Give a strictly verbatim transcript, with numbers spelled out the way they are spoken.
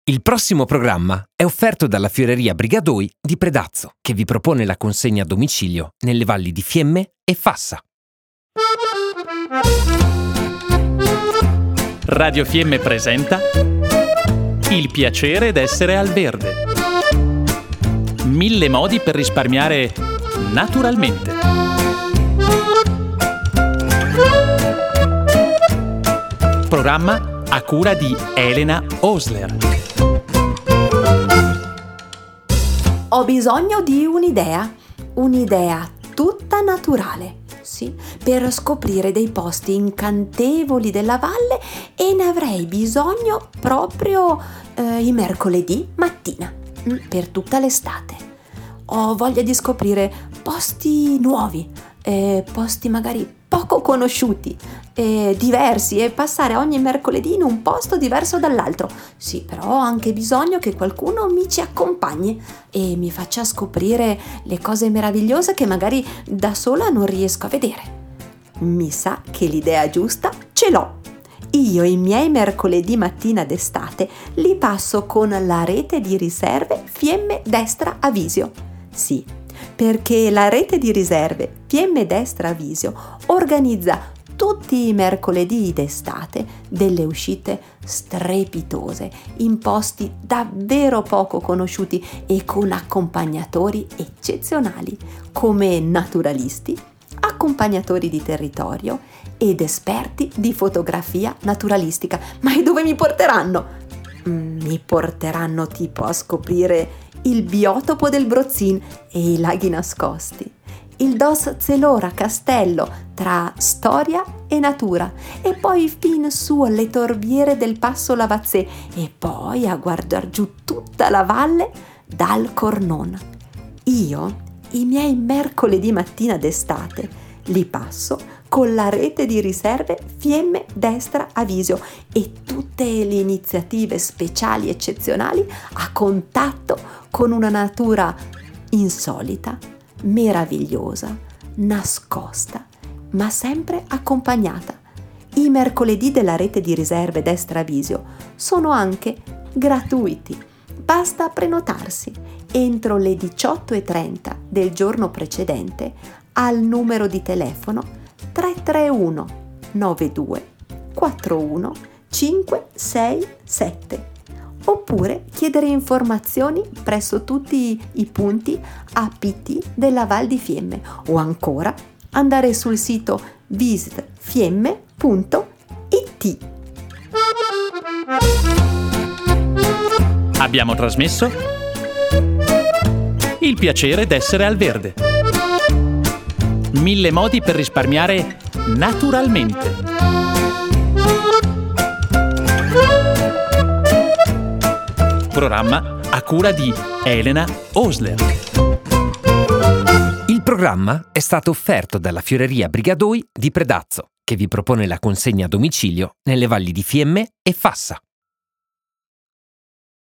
Il prossimo programma è offerto dalla Fioreria Brigadoi di Predazzo, che vi propone la consegna a domicilio nelle valli di Fiemme e Fassa. Radio Fiemme presenta Il piacere d'essere al verde. Mille modi per risparmiare naturalmente. Programma a cura di Elena Osler. Ho bisogno di un'idea, un'idea tutta naturale, sì, per scoprire dei posti incantevoli della valle, e ne avrei bisogno proprio eh, i mercoledì mattina, per tutta l'estate. Ho voglia di scoprire posti nuovi, eh, posti magari poco conosciuti, eh, diversi, e passare ogni mercoledì in un posto diverso dall'altro. Sì, però ho anche bisogno che qualcuno mi ci accompagni e mi faccia scoprire le cose meravigliose che magari da sola non riesco a vedere. Mi sa che l'idea giusta ce l'ho. Io i miei mercoledì mattina d'estate li passo con la rete di riserve Fiemme Destra Avisio. Sì, perché la rete di riserve Fiemme Destra Avisio organizza tutti i mercoledì d'estate delle uscite strepitose in posti davvero poco conosciuti e con accompagnatori eccezionali come naturalisti, accompagnatori di territorio ed esperti di fotografia naturalistica. Ma e dove mi porteranno? Mi porteranno tipo a scoprire il biotopo del Brozzin e i laghi nascosti, il Dos Zelora Castello tra storia e natura, e poi fin su alle torbiere del Passo Lavazzè, e poi a guardar giù tutta la valle dal Cornon. Io i miei mercoledì mattina d'estate li passo con la rete di riserve Fiemme Destra Avisio e tutte le iniziative speciali eccezionali a contatto con una natura insolita, meravigliosa, nascosta, ma sempre accompagnata. I mercoledì della rete di riserve Destra Avisio sono anche gratuiti. Basta prenotarsi entro le diciotto e trenta del giorno precedente al numero di telefono tre tre uno nove due quattro uno cinque sei sette, oppure chiedere informazioni presso tutti i punti A P T della Val di Fiemme, o ancora andare sul sito visit fiemme punto it. Abbiamo trasmesso Il piacere d'essere al verde. Mille modi per risparmiare naturalmente. Programma a cura di Elena Osler. Il programma è stato offerto dalla Fioreria Brigadoi di Predazzo, che vi propone la consegna a domicilio nelle valli di Fiemme e Fassa.